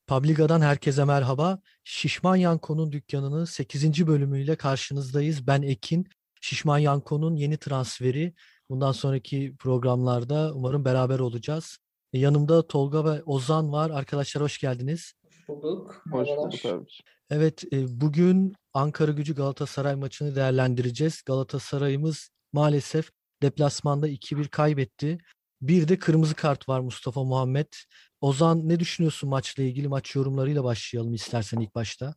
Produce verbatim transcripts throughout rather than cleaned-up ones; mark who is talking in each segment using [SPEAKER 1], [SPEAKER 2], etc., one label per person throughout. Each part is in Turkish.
[SPEAKER 1] Publiga'dan herkese merhaba. Şişman Yanko'nun dükkanının sekizinci bölümüyle karşınızdayız. Ben Ekin. Şişman Yanko'nun yeni transferi. Bundan sonraki programlarda umarım beraber olacağız. E, Yanımda Tolga ve Ozan var. Arkadaşlar hoş geldiniz.
[SPEAKER 2] Hoş bulduk.
[SPEAKER 3] Hoş bulduk
[SPEAKER 2] Merhabalar.
[SPEAKER 3] abi.
[SPEAKER 1] Evet, e, bugün Ankaragücü Galatasaray maçını değerlendireceğiz. Galatasaray'ımız maalesef deplasmanda iki bir kaybetti. Bir de kırmızı kart var Mustafa Muhammed. Ozan, ne düşünüyorsun maçla ilgili? Maç yorumlarıyla başlayalım istersen ilk başta.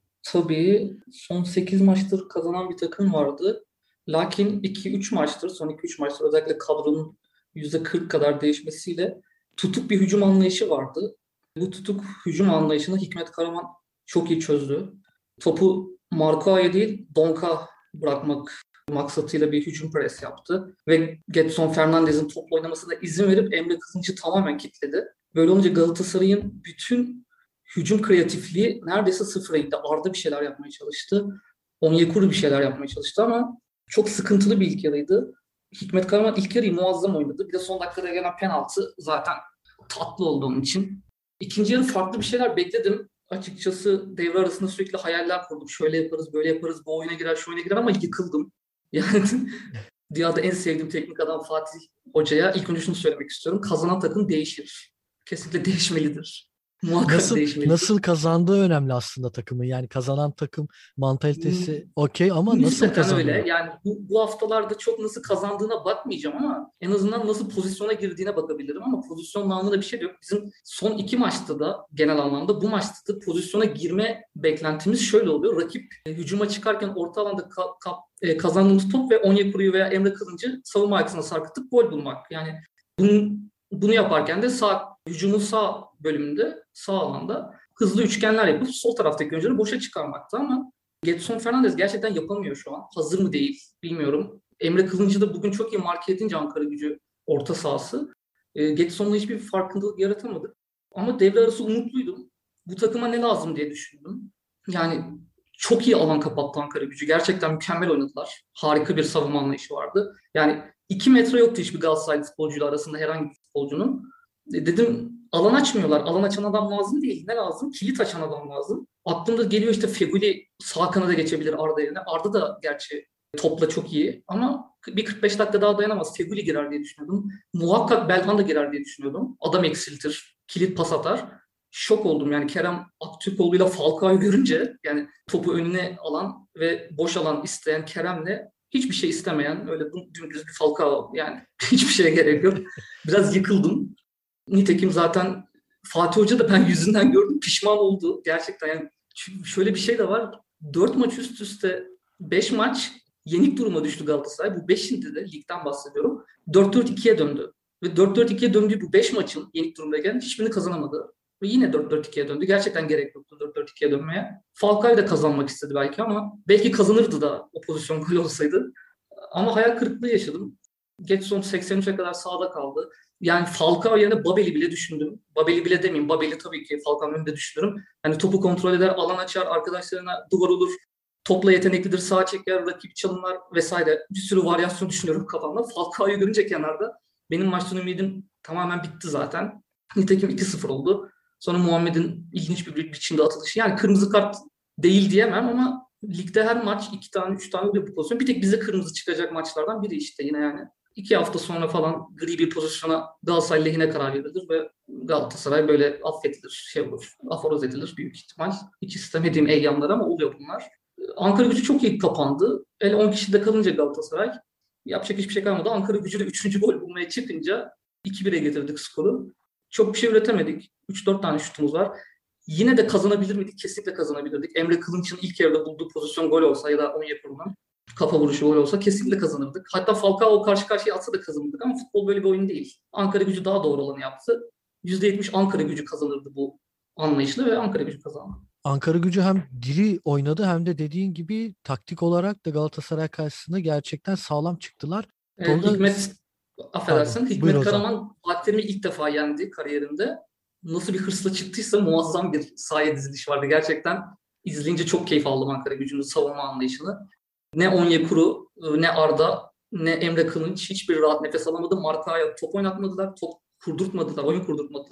[SPEAKER 2] Tabii son sekiz maçtır kazanan bir takım vardı. Lakin iki üç maçtır, son iki üç maçtır özellikle kadronun yüzde kırk kadar değişmesiyle tutuk bir hücum anlayışı vardı. Bu tutuk hücum anlayışını Hikmet Karaman çok iyi çözdü. Topu Marko'ya değil Donk'a bırakmak maksatıyla bir hücum pres yaptı. Ve Gedson Fernandez'in topla oynamasına izin verip Emre Kılınç'ı tamamen kilitledi. Böyle olunca Galatasaray'ın bütün hücum kreatifliği neredeyse sıfıra indi. Arda bir şeyler yapmaya çalıştı. Onyekuru bir şeyler yapmaya çalıştı ama çok sıkıntılı bir ilk yarıydı. Hikmet Karaman ilk yarıyı muazzam oynadı. Bir de son dakikada gelen penaltı zaten tatlı oldu onun için. İkinci yarı farklı bir şeyler bekledim. Açıkçası devre arasında sürekli hayaller kurdum. Şöyle yaparız, böyle yaparız, bu oyuna girer, şu oyuna girer ama yıkıldım. Yani dünyada en sevdiğim teknik adam Fatih Hoca'ya ilk önce şunu söylemek istiyorum. Kazanan takım değişir. Kesinlikle değişmelidir. Muhakkak
[SPEAKER 1] Nasıl
[SPEAKER 2] değişmelidir.
[SPEAKER 1] nasıl kazandığı önemli aslında takımın. Yani kazanan takım mantalitesi okey ama nasıl
[SPEAKER 2] Nispeten öyle.
[SPEAKER 1] kazanıyor?
[SPEAKER 2] Yani bu, bu haftalarda çok nasıl kazandığına bakmayacağım ama en azından nasıl pozisyona girdiğine bakabilirim ama pozisyon namında bir şey de yok. Bizim son iki maçta da genel anlamda bu maçta da pozisyona girme beklentimiz şöyle oluyor. Rakip e, hücuma çıkarken orta alanda ka- ka- e, kazandığımız top ve Onyekuru'yu veya Emre Kılınç'ı savunma arkasına sarkıtıp gol bulmak. Yani bunun, bunu yaparken de sağ hücumun sağ bölümünde, sağ alanda hızlı üçgenler yapıp sol taraftaki oyuncuları boşa çıkarmakta ama Gedson Fernandez gerçekten yapamıyor şu an. Hazır mı değil bilmiyorum. Emre Kılınç'ı da bugün çok iyi marke edince Ankaragücü orta sahası. E, Gedson'la hiçbir farkındalık yaratamadık. Ama devre arası umutluydum. Bu takıma ne lazım diye düşündüm. Yani çok iyi alan kapattı Ankaragücü. Gerçekten mükemmel oynadılar. Harika bir savunma anlayışı vardı. Yani iki metre yoktu hiçbir Galatasaray futbolcuyla arasında herhangi bir futbolcunun. E, dedim alan açmıyorlar. Alan açan adam lazım değil. Ne lazım? Kilit açan adam lazım. Aklımda geliyor işte Feguli sağ kanada geçebilir Arda yerine. Arda da gerçi topla çok iyi ama bir kırk beş dakika daha dayanamaz. Feguli girer diye düşünüyordum. Muhakkak Belhanda girer diye düşünüyordum. Adam eksiltir, kilit pas atar. Şok oldum yani Kerem Aktürkoğlu'yla Falcao'yu görünce yani topu önüne alan ve boş alan isteyen Kerem'le hiçbir şey istemeyen öyle dümdüz bir Falcao yani hiçbir şeye gerek yok. Biraz yıkıldım. Nitekim zaten Fatih Hoca da ben yüzünden gördüm pişman oldu. Gerçekten yani şöyle bir şey de var. Dört maç üst üste beş maç yenik duruma düştü Galatasaray. Bu beşinde de ligden bahsediyorum. dört dört ikiye döndü. Ve dört dört ikiye döndüğü bu beş maçın yenik durumdayken hiçbirini kazanamadı. Ve yine dört dört ikiye döndü. Gerçekten gerek yoktu dört dört ikiye dönmeye. Falcao da kazanmak istedi belki ama belki kazanırdı da o pozisyon gol olsaydı. Ama hayal kırıklığı yaşadım. Gedson seksen üçe kadar sahada kaldı. Yani Falcao yerine Babel'i bile düşündüm. Babel'i bile demeyeyim. Babel'i tabii ki Falcao'nun önünde düşünürüm. Hani topu kontrol eder, alan açar, arkadaşlarına duvar olur. Topla yeteneklidir, sağa çeker, rakip çalımlar vesaire. Bir sürü varyasyon düşünüyorum kafamda. Falcao'yu görünce kenarda benim maçtan ümidim tamamen bitti zaten. Nitekim iki sıfır oldu. Sonra Muhammed'in ilginç bir biçimde atılışı. Yani kırmızı kart değil diyemem ama ligde her maç iki tane, üç tane bir pozisyon. Bir tek bize kırmızı çıkacak maçlardan biri işte yine yani. İki hafta sonra falan gri bir pozisyona Galatasaray lehine karar verilir ve Galatasaray böyle affedilir, şey olur, aforoz edilir büyük ihtimal. Hiç istemediğim eyyamlar ama oluyor bunlar. Ankaragücü çok iyi kapandı. El on kişide kalınca Galatasaray yapacak hiçbir şey kalmadı. Ankaragücü de üçüncü gol bulmaya çıkınca iki bire getirdik skoru. Çok bir şey üretemedik. üç dört tane şutumuz var. Yine de kazanabilir miydik? Kesinlikle kazanabilirdik. Emre Kılınç'ın ilk yarıda bulduğu pozisyon gol olsa ya da Onyekuru'nun kafa vuruşu gol olsa kesinlikle kazanırdık. Hatta Falcao karşı karşıya atsa da kazanırdık ama futbol böyle bir oyun değil. Ankaragücü daha doğru olanı yaptı. yüzde yetmiş Ankaragücü kazanırdı bu anlayışla ve Ankaragücü kazandı.
[SPEAKER 1] Ankaragücü hem diri oynadı hem de dediğin gibi taktik olarak da Galatasaray karşısında gerçekten sağlam çıktılar.
[SPEAKER 2] Ee,
[SPEAKER 1] Tolga,
[SPEAKER 2] Hikmet,
[SPEAKER 1] pardon,
[SPEAKER 2] affedersin,
[SPEAKER 1] buyur
[SPEAKER 2] Hikmet
[SPEAKER 1] Ozan.
[SPEAKER 2] Karaman Fatih Terim'i ilk defa yendi kariyerinde. Nasıl bir hırsla çıktıysa muazzam bir sahaya diziliş vardı. Gerçekten izleyince çok keyif aldım Ankaragücü'nün savunma anlayışını. Ne Onyekuru, ne Arda, ne Emre Kılınç hiçbir rahat nefes alamadı. Markaya top oynatmadılar, top kurdurtmadılar, oyun kurdurtmadılar.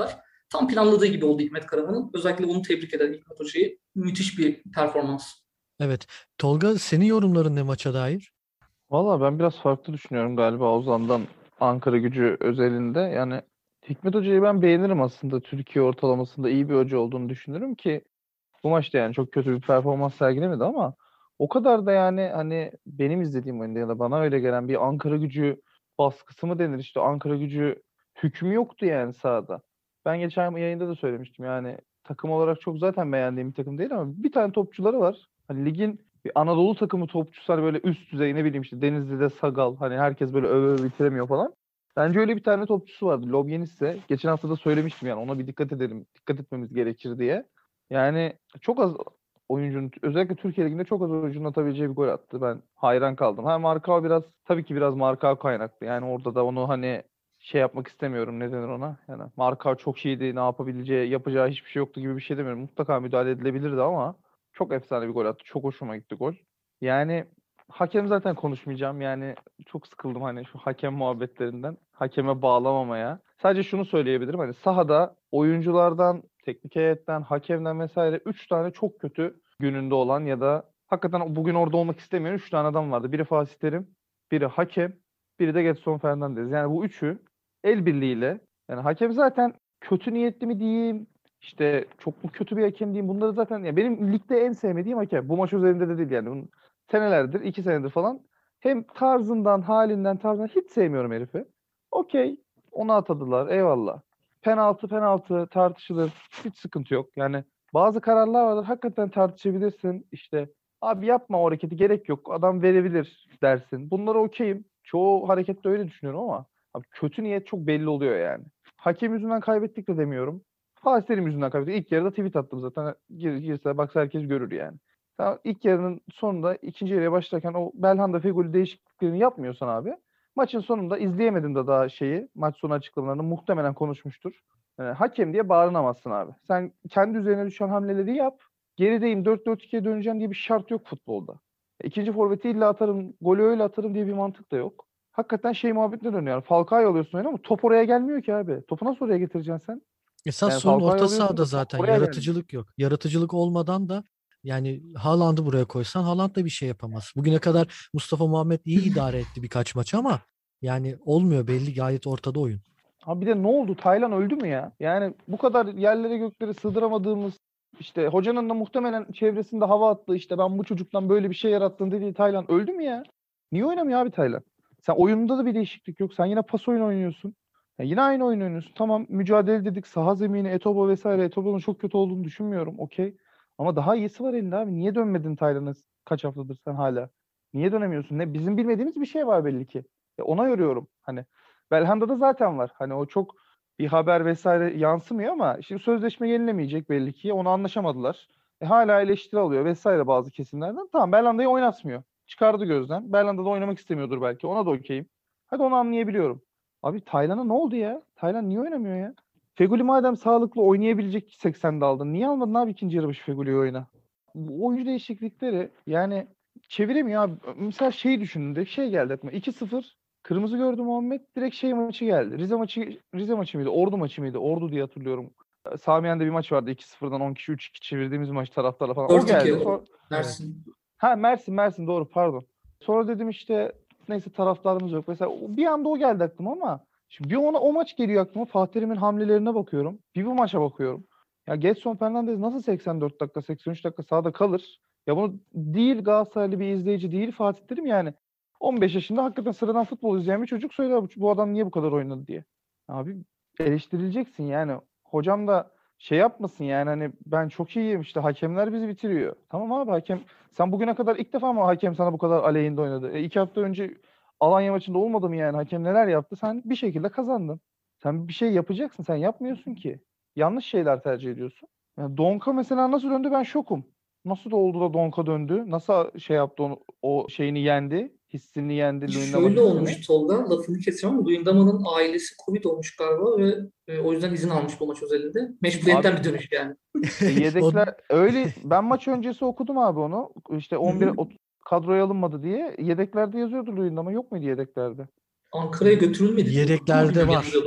[SPEAKER 2] tam planladığı gibi oldu Hikmet Karaman'ın. Özellikle onu tebrik eder Hikmet Hoca'yı. Müthiş bir performans.
[SPEAKER 1] Evet. Tolga, senin yorumların ne maça dair?
[SPEAKER 3] Valla ben biraz farklı düşünüyorum galiba Ozan'dan Ankara Gücü özelinde. Yani Hikmet Hoca'yı ben beğenirim aslında. Türkiye ortalamasında iyi bir hoca olduğunu düşünürüm ki bu maçta yani çok kötü bir performans sergilemedi ama o kadar da yani hani benim izlediğim oyunda ya da bana öyle gelen bir Ankara Gücü baskısı mı denir işte Ankara Gücü hükmü yoktu yani sahada. Ben geçen yayında da söylemiştim yani takım olarak çok zaten beğendiğim bir takım değil ama bir tane topçuları var. Hani ligin bir Anadolu takımı topçusu hani böyle üst düzey ne bileyim işte Denizli'de Sagal hani herkes böyle öve öve bitiremiyor falan. Bence öyle bir tane topçusu vardı. Lobyenisse. Geçen hafta da söylemiştim yani ona bir dikkat edelim. Dikkat etmemiz gerekir diye. Yani çok az oyuncunun özellikle Türkiye Ligi'nde çok az oyuncunun atabileceği bir gol attı. Ben hayran kaldım. Ha Markao biraz tabii ki biraz Markao kaynaklı. Yani orada da onu hani şey yapmak istemiyorum. Ne denir ona? Yani Markao çok iyiydi. Ne yapabileceği, yapacağı hiçbir şey yoktu gibi bir şey demiyorum. Mutlaka müdahale edilebilirdi ama çok efsane bir gol attı. Çok hoşuma gitti gol. Yani hakem zaten konuşmayacağım. Yani çok sıkıldım hani şu hakem muhabbetlerinden. Hakeme bağlamamaya. Sadece şunu söyleyebilirim. Hani sahada oyunculardan, teknik heyetten, hakemden vesaire üç tane çok kötü gününde olan ya da hakikaten bugün orada olmak istemeyen üç tane adam vardı. Biri Fatih Terim, biri hakem, biri de Gedson Fernandes. Yani bu üçü el birliğiyle yani hakem zaten kötü niyetli mi diyeyim, işte çok mu kötü bir hakem diyeyim. Bunları zaten ya benim ligde en sevmediğim hakem. Bu maç üzerinde de değil yani. Bunun senelerdir, iki senedir falan hem tarzından, halinden, tarzından hiç sevmiyorum herifi. Okey, onu atadılar. Eyvallah. Penaltı penaltı tartışılır. Hiç sıkıntı yok. Yani bazı kararlar vardır. Hakikaten tartışabilirsin. İşte abi yapma o hareketi gerek yok. Adam verebilir dersin. Bunlara okeyim. Çoğu harekette öyle düşünüyorum ama abi kötü niyet çok belli oluyor yani. Hakem yüzünden kaybettik de demiyorum. Fatih Terim yüzünden kaybettik. İlk yarıda tweet attım zaten. Gir, girse baksa herkes görür yani. Sen ilk yarının sonunda ikinci yarıya başlarken o Belhanda Feguli değişikliklerini yapmıyorsan abi maçın sonunda izleyemedim de daha şeyi. Maç sonu açıklamalarını muhtemelen konuşmuştur. Yani hakem diye bağıramazsın abi. Sen kendi üzerine düşen hamleleri yap. Gerideyim dört dört ikiye döneceğim diye bir şart yok futbolda. İkinci forveti illa atarım, golü öyle atarım diye bir mantık da yok. Hakikaten şey muhabbetine dönüyor. Yani Falcao'yu alıyorsun oyuna ama top oraya gelmiyor ki abi. Topu nasıl oraya getireceksin sen?
[SPEAKER 1] Esas
[SPEAKER 3] Yani
[SPEAKER 1] sorun
[SPEAKER 3] Falcao'yu
[SPEAKER 1] orta
[SPEAKER 3] alıyorsun
[SPEAKER 1] sahada
[SPEAKER 3] da top
[SPEAKER 1] zaten.
[SPEAKER 3] oraya gelmiyor.
[SPEAKER 1] Yaratıcılık yok. Yaratıcılık olmadan da yani Haaland'ı buraya koysan Haaland da bir şey yapamaz. Bugüne kadar Mustafa Muhammed iyi idare etti birkaç maç ama yani olmuyor, belli, gayet ortada oyun.
[SPEAKER 3] Ha bir de ne oldu? Taylan öldü mü ya? Yani bu kadar yerlere göklere sığdıramadığımız işte hocanın da muhtemelen çevresinde hava attığı işte ben bu çocuktan böyle bir şey yarattım dediği Taylan öldü mü ya? Niye oynamıyor abi Taylan? Sen oyununda da bir değişiklik yok. Sen yine pas oyunu oynuyorsun. Ya yine aynı oyun oynuyorsun. Tamam mücadele dedik. Saha zemini, Etobo vesaire. Etobo'nun çok kötü olduğunu düşünmüyorum. Okey. Ama daha iyisi var elinde abi. Niye dönmedin Taylan'a kaç haftadır sen hala? Niye dönemiyorsun? Ne bizim bilmediğimiz bir şey var belli ki. Ya ona yoruyorum. Hani Belhanda'da zaten var. Hani o çok bir haber vesaire yansımıyor ama şimdi sözleşme yenilemeyecek belli ki. Onu anlaşamadılar. E, hala eleştiri alıyor vesaire bazı kesimlerden. Tamam Belhanda'yı oynatmıyor. Çıkardı gözden. Belhanda da oynamak istemiyordur belki. Ona da okeyim. Hadi onu anlayabiliyorum. Abi Taylan'a ne oldu ya? Taylan niye oynamıyor ya? Feguli madem sağlıklı oynayabilecek seksende aldın. Niye almadın abi ikinci yarı başı Feguli'yi oyuna? Bu oyuncu değişiklikleri yani çeviremiyor abi. Mesela şeyi düşündüm. Şey geldi aklıma. iki sıfır kırmızı gördü Muhammed. Direkt şey maçı geldi. Rize maçı Rize maçı mıydı? Ordu maçı mıydı? Ordu diye hatırlıyorum. Samiyen'de bir maç vardı. iki sıfırdan on kişi üç iki çevirdiğimiz maç taraftarla falan. O
[SPEAKER 2] dört iki
[SPEAKER 3] geldi.
[SPEAKER 2] o.
[SPEAKER 3] Sonra
[SPEAKER 1] Evet.
[SPEAKER 2] Mersin.
[SPEAKER 3] ha Mersin Mersin doğru pardon. Sonra dedim işte neyse taraftarımız yok. Mesela bir anda o geldi aklıma ama şimdi bir ona o maç geliyor aklıma. Fatih Terim'in hamlelerine bakıyorum. Bir bu maça bakıyorum. Ya Gedson Fernandes nasıl seksen dört dakika seksen üç dakika sahada kalır? Ya bunu değil Galatasaraylı bir izleyici değil Fatih Terim yani. on beş yaşında hakikaten sıradan futbol izleyen bir çocuk söyler bu, bu adam niye bu kadar oynadı diye. Abi eleştirileceksin yani. Hocam da şey yapmasın yani hani ben çok iyiyim işte hakemler bizi bitiriyor. Tamam abi hakem sen bugüne kadar ilk defa mı hakem sana bu kadar aleyhinde oynadı? E, iki hafta önce Alanya maçında olmadı mı yani? Hakem neler yaptı? Sen bir şekilde kazandın. Sen bir şey yapacaksın. Sen yapmıyorsun ki. Yanlış şeyler tercih ediyorsun. Yani Donka mesela nasıl döndü ben şokum. Nasıl da oldu da Donka döndü? Nasıl şey yaptı onu, o şeyini yendi? Hissini yendi. Luyendam'ın
[SPEAKER 2] Şöyle
[SPEAKER 3] hissini.
[SPEAKER 2] olmuş Tolga, lafını keseceğim ama Luyendama'nın ailesi Covid olmuş galiba ve e, o yüzden izin almış bu maç özelinde. Mecburiyetten
[SPEAKER 3] Abi
[SPEAKER 2] bir dönüş yani.
[SPEAKER 3] e,
[SPEAKER 1] O
[SPEAKER 3] yedekler öyle ben maç öncesi okudum abi onu. İşte
[SPEAKER 2] Hı
[SPEAKER 3] on bir
[SPEAKER 2] hı.
[SPEAKER 3] ot- kadroya alınmadı diye. Yedeklerde yazıyordu Luyendama. Yok muydu yedeklerde?
[SPEAKER 2] Ankara'ya götürülmedi diyordum ama
[SPEAKER 1] yedeklerde
[SPEAKER 2] bilmiyorum
[SPEAKER 1] var.
[SPEAKER 2] yanılıyor olabilirim.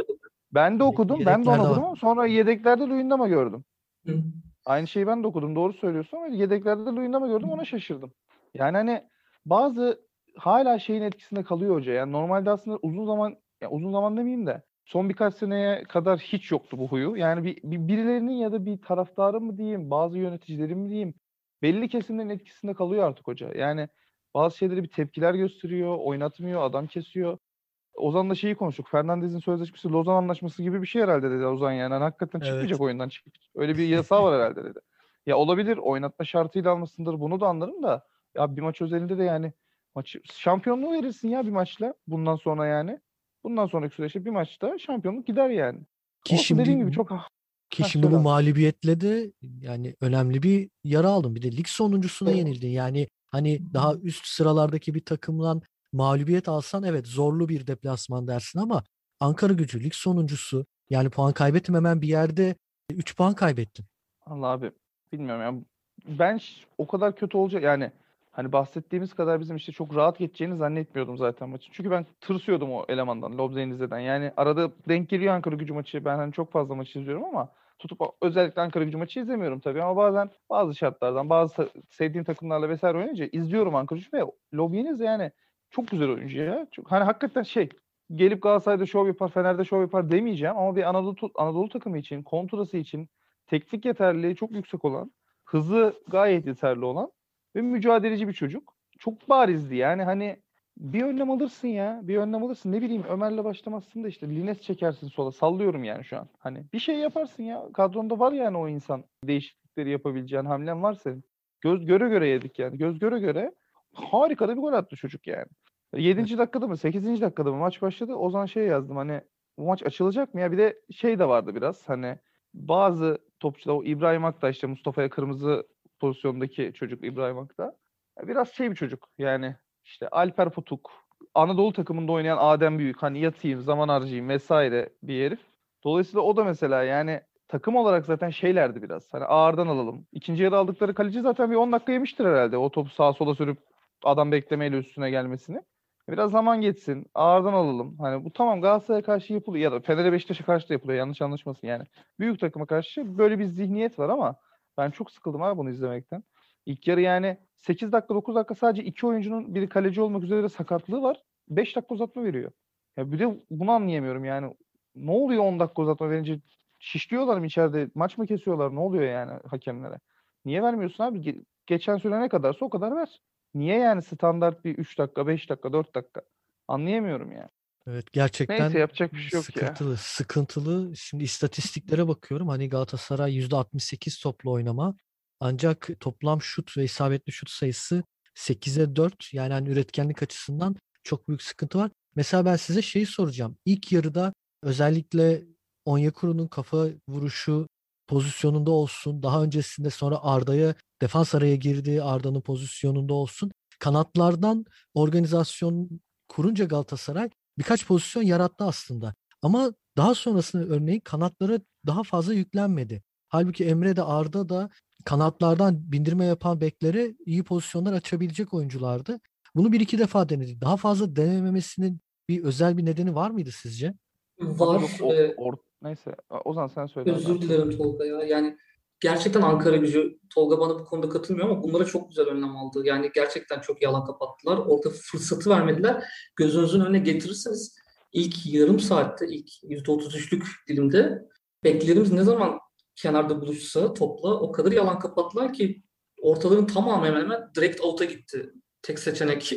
[SPEAKER 3] Ben de
[SPEAKER 1] Hani
[SPEAKER 3] okudum. Ben de onu
[SPEAKER 1] yedeklerde var.
[SPEAKER 3] okudum ama sonra yedeklerde Luyendama gördüm.
[SPEAKER 2] Hı.
[SPEAKER 3] Aynı şeyi ben de okudum. Doğru söylüyorsun ama yedeklerde Luyendama gördüm. Ona şaşırdım. Yani hani bazı hala şeyin etkisinde kalıyor hoca. Yani normalde aslında uzun zaman, ya uzun zaman demeyeyim de son birkaç seneye kadar hiç yoktu bu huyu. Yani bir, bir birilerinin ya da bir taraftarın mı diyeyim, bazı yöneticilerin mi diyeyim, belli kesimlerin etkisinde kalıyor artık hoca. Yani bazı şeyleri bir tepkiler gösteriyor, oynatmıyor, adam kesiyor. Ozan'la şeyi konuştuk. Fernandez'in sözleşmesi Lozan Anlaşması gibi bir şey herhalde dedi Ozan yani. Hani hakikaten
[SPEAKER 1] Evet.
[SPEAKER 3] çıkmayacak oyundan. Çık öyle bir yasağı var herhalde dedi. Ya olabilir, oynatma şartıyla almasındır, bunu da anlarım da ya bir maç özelinde de yani maçı şampiyonluğu verirsin ya bir maçla bundan sonra yani. Bundan sonraki süreçte bir maçta şampiyonluk gider yani.
[SPEAKER 1] Ki
[SPEAKER 3] Olsun dediğim
[SPEAKER 1] şimdi
[SPEAKER 3] gibi çok ha,
[SPEAKER 1] ki şimdi
[SPEAKER 3] söyle
[SPEAKER 1] bu
[SPEAKER 3] abi.
[SPEAKER 1] mağlubiyetle de yani önemli bir yara aldın. Bir de lig sonuncusuna yenildin. Yani hani daha üst sıralardaki bir takımdan mağlubiyet alsan evet zorlu bir deplasman dersin ama Ankaragücü lig sonuncusu yani puan kaybetmemen bir yerde üç puan kaybettin.
[SPEAKER 3] Allah abi bilmiyorum ya. Ben ş- o kadar kötü olacak yani hani bahsettiğimiz kadar bizim işte çok rahat geçeceğini zannetmiyordum zaten maçın. Çünkü ben tırsıyordum o elemandan, Lobzenizde'den. Yani arada denk geliyor Ankaragücü maçı. Ben hani çok fazla maç izliyorum ama tutup o- özellikle Ankaragücü maçı izlemiyorum tabii ama bazen bazı şartlardan bazı sa- sevdiğim takımlarla vesaire oynayınca izliyorum Ankaragücü ve Lobzeniz yani çok güzel oyuncu ya. Çok, hani hakikaten şey gelip Galatasaray'da şov yapar, Fener'de şov yapar demeyeceğim ama bir Anadolu Anadolu takımı için, kontrası için teknik yeterliliği çok yüksek olan, hızı gayet yeterli olan ve mücadeleci bir çocuk. Çok barizdi yani hani bir önlem alırsın ya. Bir önlem alırsın. Ne bileyim Ömer'le başlamazsın da işte Lines çekersin sola. Sallıyorum yani şu an. Hani bir şey yaparsın ya. Kadronda var yani o insan. Değişiklikleri yapabileceğin hamlen var senin. Göz göre göre yedik yani. Göz göre göre harika da bir gol attı çocuk yani.
[SPEAKER 1] Evet.
[SPEAKER 3] Yedinci dakikada mı sekizinci dakikada mı maç başladı. O zaman şey yazdım hani bu maç açılacak mı ya? Bir de şey de vardı biraz hani bazı topçular o İbrahim Akta işte Mustafa'ya kırmızı pozisyondaki çocuk İbrahim Akta. Biraz şey bir çocuk yani işte Alper Potuk Anadolu takımında oynayan Adem Büyük hani yatayım zaman harcayayım vesaire bir herif. Dolayısıyla o da mesela yani takım olarak zaten şeylerdi biraz. Hani ağırdan alalım. İkinci yarı aldıkları kaleci zaten bir on dakika yemiştir herhalde. O topu sağa sola sürüp adam beklemeyle üstüne gelmesini. Biraz zaman geçsin. Ağırdan alalım. Hani bu tamam Galatasaray'a karşı yapılıyor ya da Fener'e Beşiktaş'a karşı da yapılıyor. Yanlış anlaşmasın yani. Büyük takıma karşı böyle bir zihniyet var ama ben çok sıkıldım abi bunu izlemekten. İlk yarı yani sekiz dakika dokuz dakika sadece iki oyuncunun biri kaleci olmak üzere sakatlığı var. beş dakika uzatma veriyor. Ya bir de bunu anlayamıyorum yani. Ne oluyor on dakika uzatma verince? Şişliyorlar mı içeride? Maç mı kesiyorlar? Ne oluyor yani hakemlere? Niye vermiyorsun abi? Ge- geçen süre ne kadarsa o kadar ver. Niye yani standart bir üç dakika, beş dakika, dört dakika? Anlayamıyorum yani.
[SPEAKER 1] Evet
[SPEAKER 3] Neyse
[SPEAKER 1] gerçekten
[SPEAKER 3] yapacak bir şey yok ya.
[SPEAKER 1] sıkıntılı, sıkıntılı. Şimdi istatistiklere bakıyorum. Hani Galatasaray yüzde altmış sekiz toplu oynama. Ancak toplam şut ve isabetli şut sayısı sekize dört. Yani hani üretkenlik açısından çok büyük sıkıntı var. Mesela ben size şeyi soracağım. İlk yarıda özellikle Onyekuru'nun kafa vuruşu pozisyonunda olsun. Daha öncesinde sonra Arda'ya defans araya girdiği Arda'nın pozisyonunda olsun. Kanatlardan organizasyon kurunca Galatasaray birkaç pozisyon yarattı aslında. Ama daha sonrasında örneğin kanatlara daha fazla yüklenmedi. Halbuki Emre de Arda da kanatlardan bindirme yapan beklere iyi pozisyonlar açabilecek oyunculardı. Bunu bir iki defa denedi. Daha fazla denememesinin bir özel bir nedeni var mıydı sizce?
[SPEAKER 3] Abi
[SPEAKER 2] Var.
[SPEAKER 3] yok o
[SPEAKER 2] e,
[SPEAKER 3] or neyse. O zaman sen söyle abi ben
[SPEAKER 2] Özür
[SPEAKER 3] sözünü
[SPEAKER 2] dilerim
[SPEAKER 3] kestim.
[SPEAKER 2] Tolga ya. Yani gerçekten Ankaragücü, Tolga bana bu konuda katılmıyor ama bunlara çok güzel önlem aldı. Yani gerçekten çok yalan kapattılar. Orada fırsatı vermediler. Gözünüzün önüne getirirseniz ilk yarım saatte, ilk yüzde otuz üçlük dilimde beklerimiz ne zaman kenarda buluşsa topla o kadar yalan kapattılar ki ortaların tamamı hemen hemen direkt out'a gitti. Tek seçenek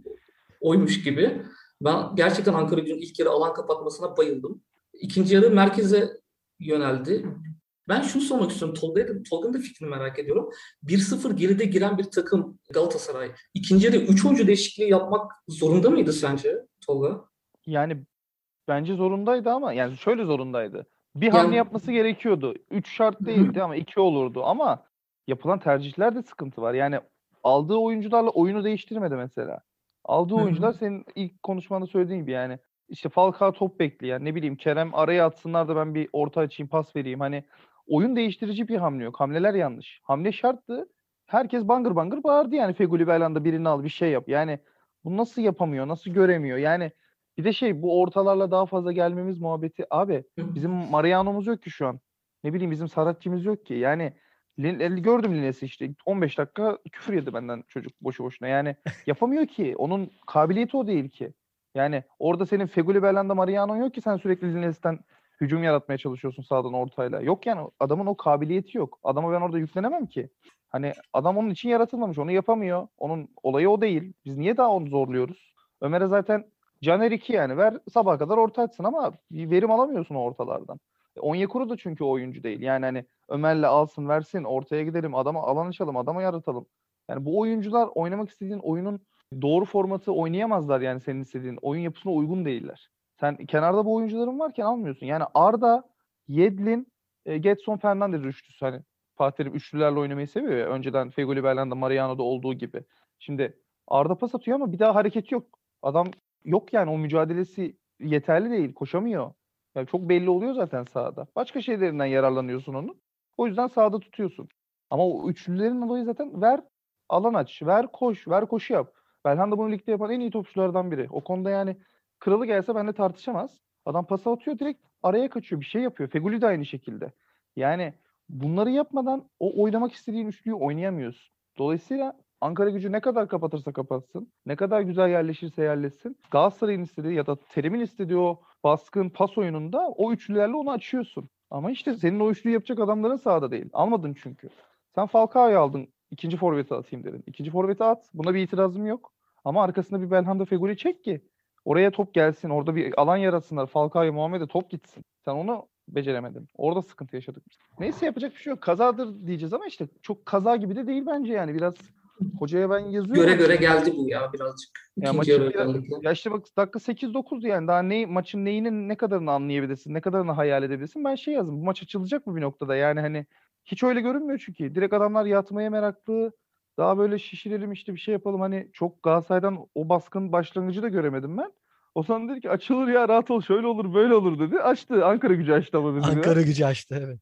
[SPEAKER 2] oymuş gibi. Ben gerçekten Ankaragücü'nün ilk yarı alan kapatmasına bayıldım. İkinci yarı merkeze yöneldi. Ben şunu sormak istiyorum. Tolga'ya da- Tolga'nın da fikrini merak ediyorum. bir sıfır geride giren bir takım Galatasaray. İkinci yarı üç oyuncu değişikliği yapmak zorunda mıydı sence Tolga?
[SPEAKER 3] Yani bence zorundaydı ama yani şöyle zorundaydı. Bir hamle
[SPEAKER 2] Yani
[SPEAKER 3] yapması gerekiyordu. Üç şart
[SPEAKER 2] hı hı,
[SPEAKER 3] değildi ama iki olurdu ama yapılan tercihlerde sıkıntı var. Yani aldığı oyuncularla oyunu değiştirmedi mesela. Aldığı
[SPEAKER 2] hı
[SPEAKER 3] oyuncular
[SPEAKER 2] hı.
[SPEAKER 3] senin ilk konuşmanda söylediğin gibi yani işte Falcao top bekleyen ne bileyim Kerem araya atsınlar da ben bir orta açayım pas vereyim. Hani oyun değiştirici bir hamle yok. Hamleler yanlış. Hamle şarttı. Herkes bangır bangır bağırdı yani Feguli bir alanda birini al bir şey yap. Yani bu nasıl yapamıyor? Nasıl göremiyor? Yani Bir de şey, bu ortalarla daha fazla gelmemiz muhabbeti. Abi bizim Mariano'muz yok ki şu an. Ne bileyim, bizim Saratçı'mız yok ki. Yani Lin- gördüm Lines'i işte. on beş dakika küfür yedi benden çocuk boşu boşuna. Yani yapamıyor ki. Onun kabiliyeti o değil ki. Yani orada senin Feguli, Belhanda, Mariano yok ki sen sürekli Lines'ten hücum yaratmaya çalışıyorsun sağdan ortayla. Yok yani, adamın o kabiliyeti yok. Adama ben orada yüklenemem ki. Hani adam onun için yaratılmamış. Onu yapamıyor. Onun olayı o değil. Biz niye daha onu zorluyoruz? Ömer'e zaten Caner iki yani. Ver sabaha kadar orta açsın ama bir verim alamıyorsun o ortalardan. E, Onyekuru da çünkü oyuncu değil. Yani hani Ömer'le alsın versin, ortaya gidelim, adama alan açalım, adama yaratalım. Yani bu oyuncular oynamak istediğin oyunun doğru formatı oynayamazlar, yani senin istediğin oyun yapısına uygun değiller. Sen kenarda bu oyuncuların varken almıyorsun. Yani Arda, Yedlin, e, Gedson, Fernandes üçlüsü, hani Fatih Terim üçlülerle oynamayı seviyor ya. Önceden Fegoli, Belhanda, Mariano'da olduğu gibi. Şimdi Arda pas atıyor ama bir daha hareket yok. Adam yok yani, o mücadelesi yeterli değil. Koşamıyor. Yani çok belli oluyor zaten sahada. Başka şeylerinden yararlanıyorsun onun. O yüzden sahada tutuyorsun. Ama o üçlülerin olayı zaten ver alan aç, ver koş, ver koşu yap. Belhanda bunu ligde yapan en iyi topçulardan biri. O konuda yani kralı gelse benimle tartışamaz. Adam pası atıyor, direkt araya kaçıyor, bir şey yapıyor. Feguli de aynı şekilde. Yani bunları yapmadan o oynamak istediğin üçlüyü oynayamıyorsun. Dolayısıyla Ankaragücü ne kadar kapatırsa kapatsın, ne kadar güzel yerleşirse yerleşsin, Galatasaray'ın istediği ya da Terim'in istediği o baskın pas oyununda o üçlülerle onu açıyorsun. Ama işte senin o üçlüyü yapacak adamların sahada değil. Almadın çünkü. Sen Falcao'yu aldın. İkinci forveti atayım dedin. İkinci forveti at. Buna bir itirazım yok. Ama arkasında bir Belhanda, Feguli çek ki oraya top gelsin. Orada bir alan yaratsınlar. Falcao'ya, Muhammed'e top gitsin. Sen onu beceremedin. Orada sıkıntı yaşadık. Neyse, yapacak bir şey yok. Kazadır diyeceğiz ama işte çok kaza gibi de değil bence yani. Biraz hocaya ben yazıyorum
[SPEAKER 2] Göre göre
[SPEAKER 3] açıkçası.
[SPEAKER 2] geldi bu ya birazcık.
[SPEAKER 3] Ya
[SPEAKER 2] İkinci yarı
[SPEAKER 3] maçın biraz,
[SPEAKER 2] özellikle.
[SPEAKER 3] ya işte bak, dakika sekiz dokuzdu yani. Daha ne maçın neyinin ne kadarını anlayabilirsin, ne kadarını hayal edebilirsin. Ben şey yazdım. Bu maç açılacak mı bir noktada? Yani hani hiç öyle görünmüyor çünkü. Direkt adamlar yatmaya meraklı. Daha böyle şişirelim işte, bir şey yapalım. Hani çok Galatasaray'dan o baskın başlangıcı da göremedim ben. O zaman dedi ki açılır ya, rahat ol, şöyle olur böyle olur dedi. Açtı. Ankara Gücü açtı ama bizi biraz.
[SPEAKER 1] Ankaragücü açtı, evet.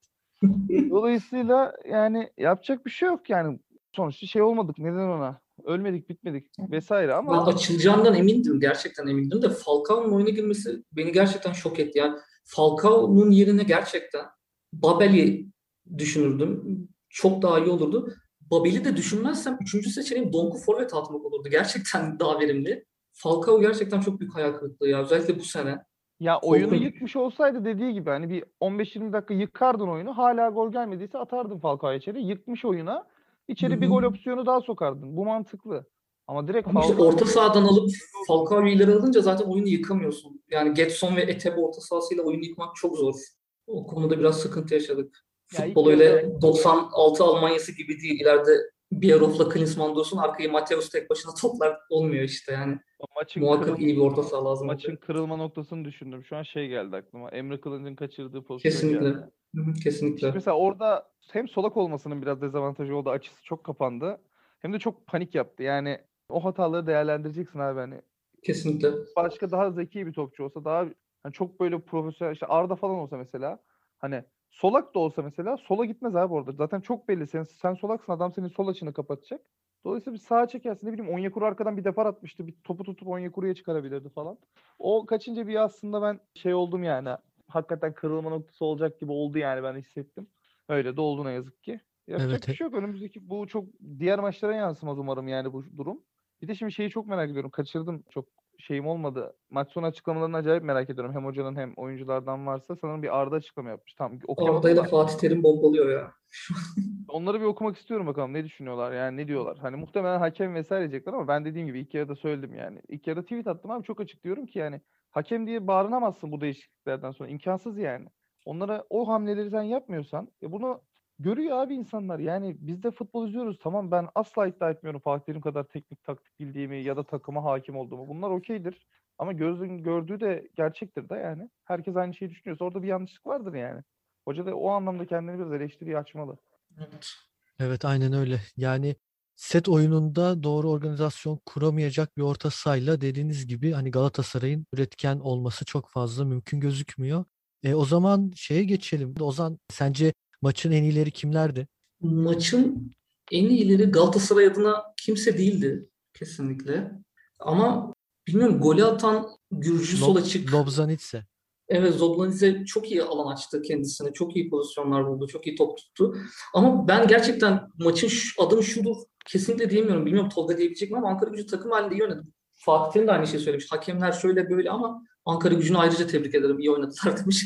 [SPEAKER 3] Dolayısıyla yani yapacak bir şey yok yani. Sonuçta şey olmadık. Neden ona? Ölmedik, bitmedik vesaire
[SPEAKER 2] Ben
[SPEAKER 3] ama
[SPEAKER 2] açılacağından emindim. Gerçekten emindim de Falcao'nun oyuna girmesi beni gerçekten şok etti. Yani Falcao'nun yerine gerçekten Babel'i düşünürdüm. Çok daha iyi olurdu. Babel'i de düşünmezsem üçüncü seçeneğim Donku forvet atmak olurdu. Gerçekten daha verimli. Falcao gerçekten çok büyük hayal kırıklığı ya. Özellikle bu sene.
[SPEAKER 3] ya oyunu
[SPEAKER 2] Korkunç.
[SPEAKER 3] yıkmış olsaydı dediği gibi hani bir on beş yirmi dakika yıkardın oyunu. Hala gol gelmediyse atardın Falcao'yu içeri. Yıkmış oyuna.
[SPEAKER 2] Hı
[SPEAKER 3] İçeri bir
[SPEAKER 2] hı.
[SPEAKER 3] gol opsiyonu daha sokardın. Bu mantıklı. Ama direkt
[SPEAKER 2] Ama işte
[SPEAKER 3] Falcao'yu
[SPEAKER 2] orta
[SPEAKER 3] içeri
[SPEAKER 2] sahadan alıp
[SPEAKER 3] olsun.
[SPEAKER 2] Falcao'yu ileri alınca zaten oyunu yıkamıyorsun. Yani Gedson ve Etebo orta sahasıyla oyunu yıkmak çok zor. O konuda biraz sıkıntı yaşadık.
[SPEAKER 3] Ya ilk
[SPEAKER 2] Futbol
[SPEAKER 3] yarıda
[SPEAKER 2] öyle doksan altı Almanyası gibi değil. İleride Bierhoff'la Klinsmann dursun, arkayı Mateus tek başına toplar olmuyor işte yani.
[SPEAKER 3] maçın
[SPEAKER 2] Muhakkak
[SPEAKER 3] kırılma
[SPEAKER 2] iyi bir orta saha lazım
[SPEAKER 3] maçın
[SPEAKER 2] olacak.
[SPEAKER 3] kırılma noktasını düşündüm. Şu an şey geldi aklıma. Emre Kılınç'ın kaçırdığı pozisyon
[SPEAKER 2] Kesinlikle.
[SPEAKER 3] geldi.
[SPEAKER 2] Hı hı,
[SPEAKER 3] İşte
[SPEAKER 2] kesinlikle.
[SPEAKER 3] mesela orada hem solak olmasının biraz dezavantajı oldu. Açısı çok kapandı. Hem de çok panik yaptı. Yani o hataları değerlendireceksin abi. Hani
[SPEAKER 2] Kesinlikle.
[SPEAKER 3] başka daha zeki bir topçu olsa, daha hani çok böyle profesyonel, işte Arda falan olsa mesela, hani solak da olsa mesela sola gitmez abi orada. Zaten çok belli. Sen, sen solaksın, adam senin sol açını kapatacak. Dolayısıyla bir sağa çekersin, ne bileyim, Onyekuru arkadan bir depar atmıştı. Bir topu tutup Onyekuru'ya çıkarabilirdi falan. O kaçınca bir aslında ben şey oldum yani. Hakikaten kırılma noktası olacak gibi oldu yani, ben hissettim. Öyle de oldu ne yazık ki. Yapacak
[SPEAKER 1] Evet.
[SPEAKER 3] bir
[SPEAKER 1] e-
[SPEAKER 3] şey yok. Önümüzdeki bu çok diğer maçlara yansımaz umarım yani bu durum. Bir de şimdi şeyi çok merak ediyorum. Kaçırdım. Çok şeyim olmadı. Maç sonu açıklamalarını acayip merak ediyorum. Hem hocanın hem oyunculardan varsa. Sanırım bir Arda açıklama yapmış. Tamam,
[SPEAKER 2] Arda
[SPEAKER 3] okuyamadım
[SPEAKER 2] ile
[SPEAKER 3] da.
[SPEAKER 2] Fatih Terim bombalıyor ya.
[SPEAKER 3] Onları bir okumak istiyorum, bakalım ne düşünüyorlar. Yani ne diyorlar. Hani muhtemelen hakem vesaire diyecekler ama ben dediğim gibi ilk yarıda söyledim yani. İlk yarıda tweet attım abi, çok açık diyorum ki yani hakem diye bağıramazsın bu değişikliklerden sonra. İmkansız yani. Onlara o hamleleri sen yapmıyorsan e bunu görüyor abi insanlar. Yani biz de futbol izliyoruz. Tamam, ben asla iddia etmiyorum Fatih Terim kadar teknik taktik bildiğimi ya da takıma hakim olduğumu. Bunlar okeydir. Ama gözün gördüğü de gerçektir de yani. Herkes aynı şeyi düşünüyorsa orada bir yanlışlık vardır yani. Hoca da o anlamda kendini biraz eleştiriye açmalı.
[SPEAKER 2] Evet.
[SPEAKER 1] Evet, aynen öyle. Yani set oyununda doğru organizasyon kuramayacak bir orta sahayla dediğiniz gibi hani Galatasaray'ın üretken olması çok fazla mümkün gözükmüyor. E, o zaman şeye geçelim. Ozan, sence maçın en iyileri kimlerdi?
[SPEAKER 2] Maçın en iyileri Galatasaray adına kimse değildi kesinlikle. Ama Bilmiyorum, golü atan Gürcü sol
[SPEAKER 1] Lob
[SPEAKER 2] açık.
[SPEAKER 1] Lobzanidze.
[SPEAKER 2] Evet, Zoblanize çok iyi alan açtı kendisine. Çok iyi pozisyonlar buldu. Çok iyi top tuttu. Ama ben gerçekten maçın şu, adım şudur kesinlikle diyemiyorum. Bilmiyorum Tolga diyebilecek mi ama Ankara Gücü takım halinde iyi oynadı. Fatih Terim de aynı şeyi söylemiş. Hakemler şöyle böyle ama Ankara Gücü'nü ayrıca tebrik ederim. İyi oynadılar demiş.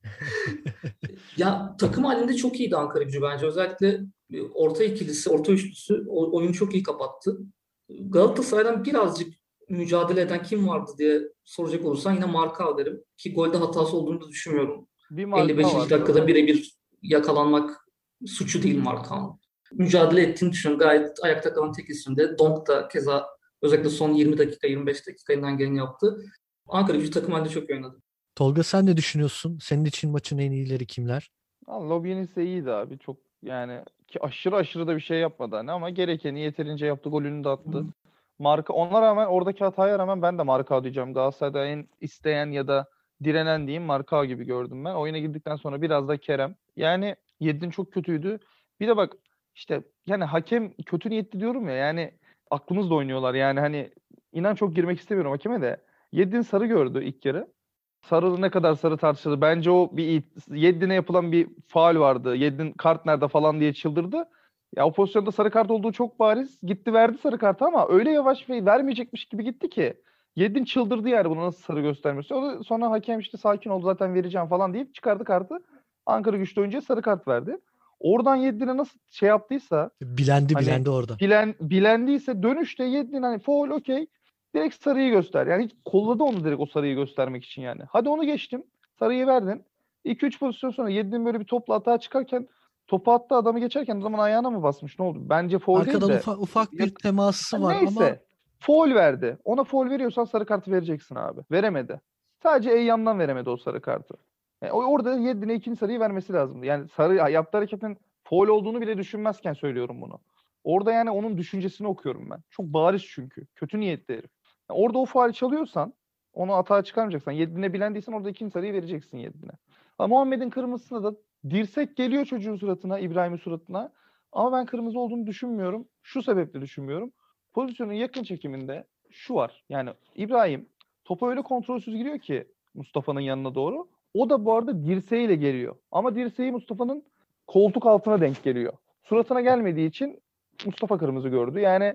[SPEAKER 2] Ya takım halinde çok iyiydi Ankara Gücü bence. Özellikle e, orta ikilisi, orta üçlüsü o, oyunu çok iyi kapattı. Galatasaray'dan birazcık mücadele eden kim vardı diye soracak olursan yine Marka derim. Ki golde hatası olduğunu da düşünmüyorum.
[SPEAKER 3] Bir marka
[SPEAKER 2] elli beşinci
[SPEAKER 3] vardı
[SPEAKER 2] dakikada
[SPEAKER 3] zaten.
[SPEAKER 2] birebir yakalanmak suçu değil Marka'nın. Mücadele ettiğini düşünüyorum. Gayet ayakta kalan tek isimde. Donk da keza özellikle son yirmi dakika, yirmi beş dakika elinden geleni yaptı. Ankara Gücü takım halinde çok iyi oynadı.
[SPEAKER 1] Tolga sen ne düşünüyorsun? Senin için maçın en iyileri kimler?
[SPEAKER 3] Ha, Lobyenise iyiydi abi. Çok yani ki aşırı aşırı da bir şey yapmadı hani ama gerekeni yeterince yaptı. Golünü de attı. Marka ona rağmen oradaki hataya rağmen ben de Marka diyeceğim. Galatasaray'da en isteyen ya da direnen diyeyim Marka gibi gördüm ben. Oyuna girdikten sonra biraz da Kerem. Yani Yedlin çok kötüydü. Bir de bak işte yani hakem kötü niyetli diyorum ya yani aklımızla oynuyorlar. Yani hani inan çok girmek istemiyorum hakeme de. Yedlin sarı gördü ilk yarı. Sarı ne kadar sarı tartışıldı. Bence o bir Yedlin'e yapılan bir faul vardı. Yedlin kart nerede falan diye çıldırdı. Ya o pozisyonda sarı kart olduğu çok bariz. Gitti verdi sarı kartı ama öyle yavaş ve vermeyecekmiş gibi gitti ki. Yedlin çıldırdı yani bunu nasıl sarı göstermesi. O da sonra hakem işte sakin ol zaten vereceğim falan deyip çıkardı kartı. Ankara Güçlü oyuncuya sarı kart verdi. Oradan Yedlin'e nasıl şey yaptıysa
[SPEAKER 1] Bilendi
[SPEAKER 3] hani
[SPEAKER 1] bilendi orada.
[SPEAKER 3] bilen bilendiyse dönüşte Yedlin hani faul okey. Direkt sarıyı göster. Yani hiç kolladı onu direkt o sarıyı göstermek için yani. Hadi onu geçtim. Sarıyı verdin. iki üç pozisyon sonra Yedlin böyle bir topla atağa çıkarken topu attı adamı geçerken adamın ayağına mı basmış ne oldu? Bence faul değil
[SPEAKER 1] Arkadan
[SPEAKER 3] de
[SPEAKER 1] ufa, ufak bir
[SPEAKER 3] yak-
[SPEAKER 1] teması var ama
[SPEAKER 3] neyse. Faul verdi. Ona faul veriyorsan sarı kartı vereceksin abi. Veremedi. Sadece Eyyam'dan veremedi o sarı kartı. Yani o- orada Yedlin'e ikinci sarıyı vermesi lazımdı. Yani sarı yaptığı hareketin faul olduğunu bile düşünmezken söylüyorum bunu. Orada yani onun düşüncesini okuyorum ben. Çok bariz çünkü. Kötü niyetli herif. Yani orada o faali çalıyorsan, onu atağa çıkarmayacaksan, Yedlin'e bilendiysen orada ikinci sarıyı vereceksin Yedlin'e. Ama Muhammed'in kırmızısına da dirsek geliyor çocuğun suratına, İbrahim'in suratına. Ama ben kırmızı olduğunu düşünmüyorum. Şu sebeple düşünmüyorum. Pozisyonun yakın çekiminde şu var. Yani İbrahim topa öyle kontrolsüz giriyor ki Mustafa'nın yanına doğru. O da bu arada dirseğiyle geliyor. Ama dirseği Mustafa'nın koltuk altına denk geliyor. Suratına gelmediği için Mustafa kırmızı gördü. Yani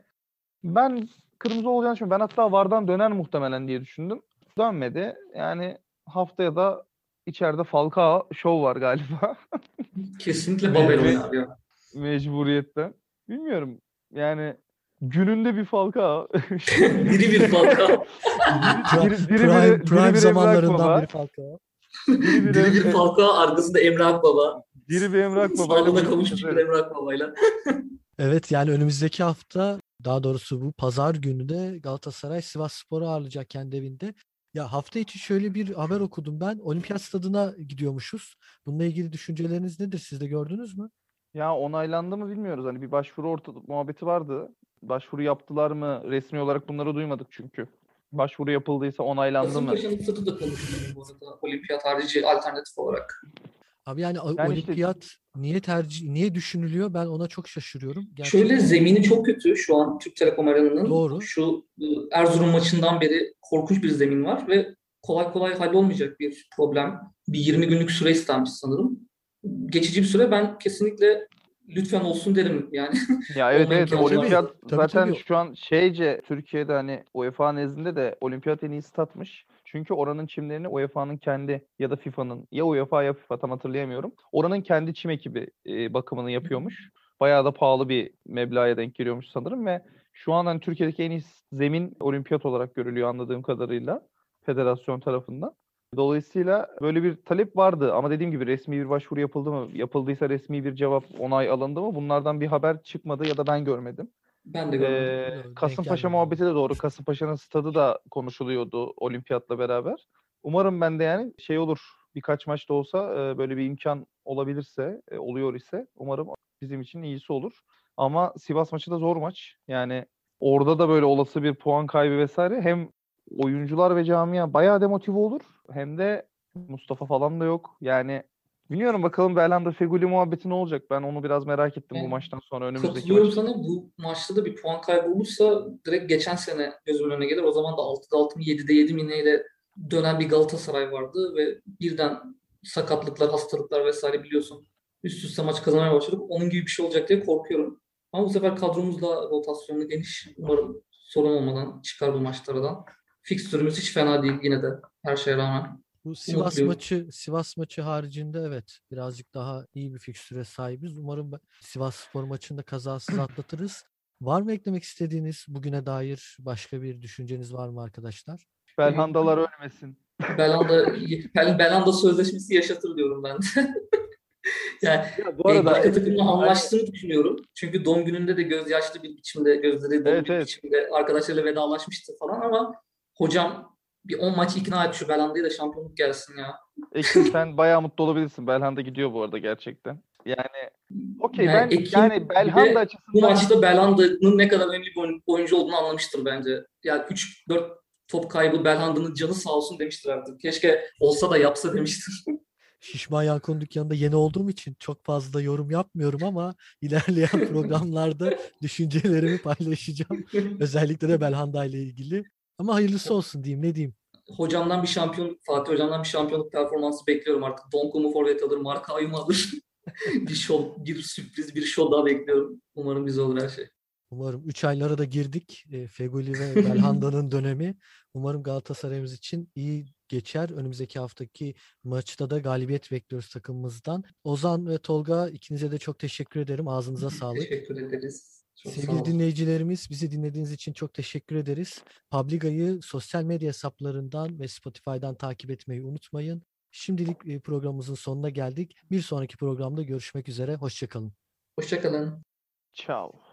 [SPEAKER 3] ben kırmızı olacağını düşünüyorum. Ben hatta VAR'dan döner muhtemelen diye düşündüm. Dönmedi. Yani haftaya da içeride Falcao şov var galiba.
[SPEAKER 2] Kesinlikle
[SPEAKER 3] Me-
[SPEAKER 2] Babel
[SPEAKER 3] me-
[SPEAKER 2] oynar ya.
[SPEAKER 3] mecburiyetten. Bilmiyorum. Yani gününde bir Falcao.
[SPEAKER 2] Diri bir Falcao.
[SPEAKER 3] diri,
[SPEAKER 1] Pra-
[SPEAKER 3] diri, diri
[SPEAKER 1] prime
[SPEAKER 3] bir, diri
[SPEAKER 1] prime
[SPEAKER 3] bir Emrak
[SPEAKER 1] zamanlarından biri
[SPEAKER 3] Baba.
[SPEAKER 1] Falcao.
[SPEAKER 3] Diri bir,
[SPEAKER 2] Diri bir
[SPEAKER 3] em-
[SPEAKER 2] Falcao, arkasında Emrah Baba.
[SPEAKER 3] diri bir Emrak Baba ile
[SPEAKER 2] Sağlığına
[SPEAKER 3] bunu
[SPEAKER 2] kavuşmuş bir
[SPEAKER 3] çözeriz.
[SPEAKER 2] Emrah Baba'yla.
[SPEAKER 1] Evet yani önümüzdeki hafta daha doğrusu bu pazar günü de Galatasaray Sivasspor'u ağırlayacak kendi evinde. Ya hafta içi şöyle bir haber okudum ben. Olimpiyat Stadı'na gidiyormuşuz. Bununla ilgili düşünceleriniz nedir? Siz de gördünüz mü?
[SPEAKER 3] Ya onaylandı mı bilmiyoruz. Hani bir başvuru orta muhabbeti vardı. Başvuru yaptılar mı? Resmi olarak bunları duymadık çünkü. Başvuru yapıldıysa onaylandı mı?
[SPEAKER 2] Kasımpaşa'nın stadı da konuşuluyor bu arada. Olimpiyat harici alternatif olarak.
[SPEAKER 1] Abi yani o-
[SPEAKER 3] Yani işte
[SPEAKER 1] olimpiyat niye tercih niye düşünülüyor? Ben ona çok şaşırıyorum.
[SPEAKER 2] Şöyle
[SPEAKER 1] Gerçekten
[SPEAKER 2] zemini çok kötü şu an Türk Telekom Arena'nın.
[SPEAKER 1] doğru.
[SPEAKER 2] Şu e, Erzurum maçından beri korkunç bir zemin var ve kolay kolay hallolmayacak bir problem. Bir yirmi günlük süre istenmiş sanırım. Geçici bir süre, ben kesinlikle lütfen olsun derim yani.
[SPEAKER 3] ya evet
[SPEAKER 2] Olma
[SPEAKER 3] evet
[SPEAKER 2] imkanı
[SPEAKER 1] Tabii
[SPEAKER 3] olimpiyat
[SPEAKER 2] varsa.
[SPEAKER 1] tabii
[SPEAKER 3] zaten
[SPEAKER 1] tabii.
[SPEAKER 3] şu an şeyce Türkiye'de hani UEFA nezdinde de olimpiyat en iyi statmış. Çünkü oranın çimlerini U E F A'nın kendi ya da FIFA'nın ya UEFA ya FIFA tam hatırlayamıyorum. Oranın kendi çim ekibi e, bakımını yapıyormuş. Bayağı da pahalı bir meblağa denk geliyormuş sanırım ve şu an hani Türkiye'deki en iyi zemin olimpiyat olarak görülüyor anladığım kadarıyla federasyon tarafından. Dolayısıyla böyle bir talep vardı ama dediğim gibi resmi bir başvuru yapıldı mı? Yapıldıysa resmi bir cevap onay alındı mı? Bunlardan bir haber çıkmadı ya da ben görmedim.
[SPEAKER 2] Ben de görmedim.
[SPEAKER 3] Ee,
[SPEAKER 1] Yok, denk
[SPEAKER 3] Kasımpaşa
[SPEAKER 1] gelmedi bana.
[SPEAKER 3] muhabbeti de doğru. Kasımpaşa'nın stadı da konuşuluyordu olimpiyatla beraber. Umarım ben de yani şey olur birkaç maçta olsa e, böyle bir imkan olabilirse, e, oluyor ise umarım bizim için iyisi olur. Ama Sivas maçı da zor maç. Yani orada da böyle olası bir puan kaybı vesaire hem oyuncular ve camia bayağı demotive olur hem de Mustafa falan da yok. Yani Bilmiyorum, bakalım Belhanda Feguli muhabbeti ne olacak? Ben onu biraz merak ettim bu
[SPEAKER 2] Ben
[SPEAKER 3] maçtan sonra, önümüzdeki
[SPEAKER 2] katılıyorum
[SPEAKER 3] maç.
[SPEAKER 2] sana. Bu maçta da bir puan kaybı olursa direkt geçen sene gözümün önüne gelir. O zaman da altıda altı mı yedide yedi mi neyle dönen bir Galatasaray vardı ve birden sakatlıklar, hastalıklar vesaire biliyorsun. Üst üste maç kazanmaya başladık. Onun gibi bir şey olacak diye korkuyorum. Ama bu sefer kadromuzda rotasyonlu geniş. Umarım sorun olmadan çıkar bu maçlardan. Fikstürümüz hiç fena değil yine de her şeye rağmen.
[SPEAKER 1] Bu Sivas
[SPEAKER 2] Umutluyum.
[SPEAKER 1] maçı Sivas maçı haricinde evet birazcık daha iyi bir fikstüre sahibiz. Umarım ben- Sivasspor maçını da kazasız atlatırız. Var mı eklemek istediğiniz bugüne dair başka bir düşünceniz var mı arkadaşlar?
[SPEAKER 3] Belhandalar ölmesin.
[SPEAKER 2] Belanda, Bel- Belanda sözleşmesi yaşatır diyorum ben de. Yani
[SPEAKER 3] Ya bu
[SPEAKER 2] e,
[SPEAKER 3] arada
[SPEAKER 2] başka
[SPEAKER 3] e,
[SPEAKER 2] takımla
[SPEAKER 3] hani
[SPEAKER 2] anlaştığını düşünüyorum. Çünkü doğum gününde de gözyaşlı bir biçimde, gözleri dolu
[SPEAKER 3] evet
[SPEAKER 2] bir
[SPEAKER 3] evet.
[SPEAKER 2] biçimde arkadaşlarıyla vedalaşmıştı falan ama hocam bir on maç ikna et şu Belanda'ya da şampiyonluk gelsin ya.
[SPEAKER 3] Ekin, sen bayağı mutlu olabilirsin. Belhanda gidiyor bu arada gerçekten. Yani okey,
[SPEAKER 2] Yani
[SPEAKER 3] ben
[SPEAKER 2] Ekim
[SPEAKER 3] yani
[SPEAKER 2] bir
[SPEAKER 3] Belhanda
[SPEAKER 2] de bu
[SPEAKER 3] açısından
[SPEAKER 2] maçta Belanda'nın ne kadar önemli bir oyun- oyuncu olduğunu anlamıştır bence. Yani üç dört top kaybı Belanda'nın canı sağ olsun demiştir artık. Keşke olsa da yapsa demiştir.
[SPEAKER 1] Şişman Yankı'nın dükkanında yeni olduğum için çok fazla yorum yapmıyorum ama ilerleyen programlarda düşüncelerimi paylaşacağım. Özellikle de Belhanda ile ilgili. Ama hayırlısı olsun diyeyim, ne diyeyim.
[SPEAKER 2] Hocamdan bir şampiyon, Fatih hocamdan bir şampiyonluk performansı bekliyorum artık. Donku mu forvet alır, marka ayı mı alır? Bir şov, bir sürpriz, bir şov daha bekliyorum. Umarım güzel olur her şey.
[SPEAKER 1] Umarım üç aylara da girdik. E, Feguli ve Belhanda'nın dönemi. Umarım Galatasaray'ımız için iyi geçer. Önümüzdeki haftaki maçta da galibiyet bekliyoruz takımımızdan. Ozan ve Tolga, ikinize de çok teşekkür ederim. Ağzınıza
[SPEAKER 2] Biz
[SPEAKER 1] sağlık.
[SPEAKER 2] teşekkür ederiz. Çok sağ
[SPEAKER 1] Sevgili
[SPEAKER 2] olun.
[SPEAKER 1] dinleyicilerimiz, bizi dinlediğiniz için çok teşekkür ederiz. Publiga'yı sosyal medya hesaplarından ve Spotify'dan takip etmeyi unutmayın. Şimdilik e, programımızın sonuna geldik. Bir sonraki programda görüşmek üzere. Hoşça kalın.
[SPEAKER 2] Hoşça kalın.
[SPEAKER 3] ciao.